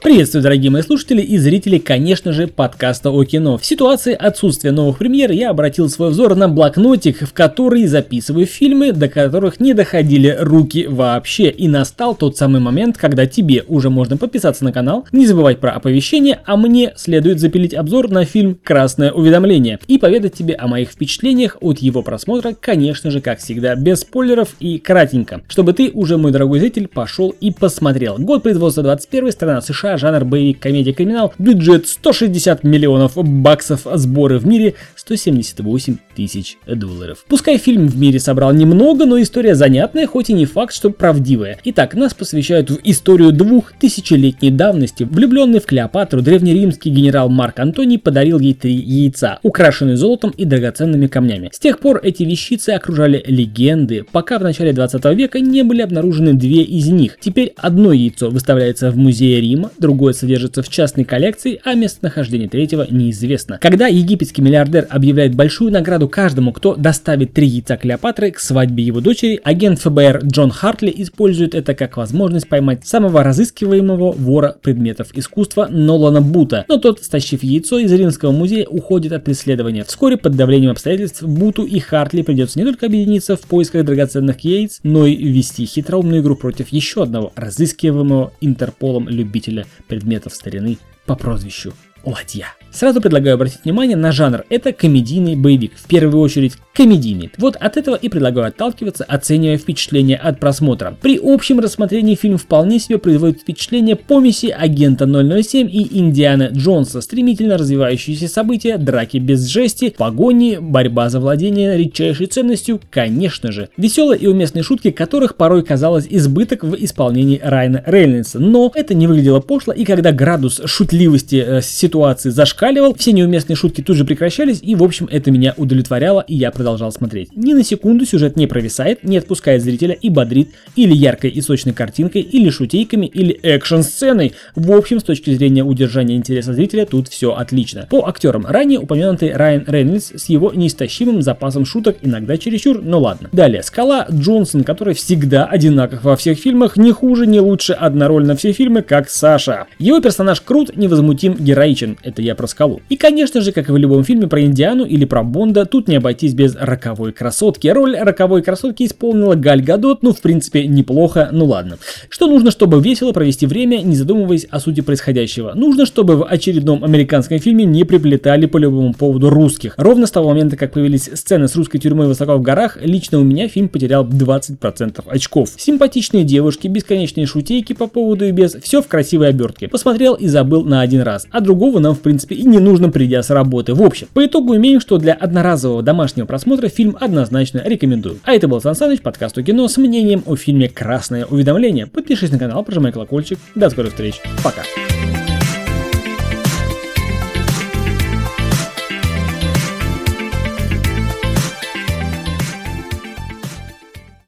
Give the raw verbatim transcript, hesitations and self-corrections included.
Приветствую, дорогие мои слушатели и зрители, конечно же, подкаста о кино. В ситуации отсутствия новых премьер я обратил свой взор на блокнотик, в который записываю фильмы, до которых не доходили руки вообще. И настал тот самый момент, когда тебе уже можно подписаться на канал, не забывать про оповещения, а мне следует запилить обзор на фильм «Красное уведомление» и поведать тебе о моих впечатлениях от его просмотра, конечно же, как всегда, без спойлеров и кратенько, чтобы ты уже, мой дорогой зритель, пошел и посмотрел. Год производства двадцать первый, страна США, жанр боевик, комедия, криминал, бюджет сто шестьдесят миллионов баксов, сборы в мире сто семьдесят восемь тысяч долларов. Пускай фильм в мире собрал немного, но история занятная, хоть и не факт, что правдивая. Итак, нас посвящают в историю двух тысячелетней давности. Влюбленный в Клеопатру древнеримский генерал Марк Антоний подарил ей три яйца, украшенные золотом и драгоценными камнями. С тех пор эти вещицы окружали легенды, пока в начале двадцатого века не были обнаружены две из них. Теперь одно яйцо выставляется в музее Рима, другое содержится в частной коллекции, а местонахождение третьего неизвестно. Когда египетский миллиардер объявляет большую награду каждому, кто доставит три яйца Клеопатры к свадьбе его дочери, агент эф бэ эр Джон Хартли использует это как возможность поймать самого разыскиваемого вора предметов искусства Нолана Бута. Но тот, стащив яйцо из Римского музея, уходит от преследования. Вскоре под давлением обстоятельств Буту и Хартли придется не только объединиться в поисках драгоценных яиц, но и вести хитроумную игру против еще одного разыскиваемого Интерполом любителя предметов старины по прозвищу Ладья. Сразу предлагаю обратить внимание на жанр. Это комедийный боевик. В первую очередь комедийный. Вот от этого и предлагаю отталкиваться, оценивая впечатление от просмотра. При общем рассмотрении фильм вполне себе производит впечатление помеси агента ноль ноль семь и Индианы Джонса. Стремительно развивающиеся события, драки без жести, погони, борьба за владение редчайшей ценностью, конечно же. Веселые и уместные шутки, которых порой казалось избыток в исполнении Райана Рейнольдса. Но это не выглядело пошло, и когда градус шутливости э, ситуации зашкаливал, все неуместные шутки тут же прекращались, и в общем это меня удовлетворяло, и я продолжал смотреть. Ни на секунду сюжет не провисает, не отпускает зрителя и бодрит или яркой и сочной картинкой, или шутейками, или экшн-сценой. В общем, с точки зрения удержания интереса зрителя, тут все отлично. По актерам, ранее упомянутый Райан Рейнольдс с его неистощимым запасом шуток, иногда чересчур, но ладно. Далее, Скала Джонсон, который всегда одинаков во всех фильмах, не хуже, не лучше, одна роль на все фильмы, как Саша. Его персонаж крут, невозмутим, героичен. Это я про Скалу. И, конечно же, как и в любом фильме про Индиану или про Бонда, тут не обойтись без роковой красотки. Роль роковой красотки исполнила Галь Гадот, ну, в принципе, неплохо, ну ладно. Что нужно, чтобы весело провести время, не задумываясь о сути происходящего? Нужно, чтобы в очередном американском фильме не приплетали по любому поводу русских. Ровно с того момента, как появились сцены с русской тюрьмой высоко в горах, лично у меня фильм потерял двадцать процентов очков. Симпатичные девушки, бесконечные шутейки по поводу и без, все в красивой обертке. Посмотрел и забыл на один раз, а другого нам, в принципе, и не нужно, придя с работы. В общем, по итогу имеем, что для одноразового домашнего просмотра фильм однозначно рекомендую. А это был Сан Саныч, подкаст о кино с мнением о фильме «Красное уведомление». Подпишись на канал, прожимай колокольчик. До скорых встреч. Пока.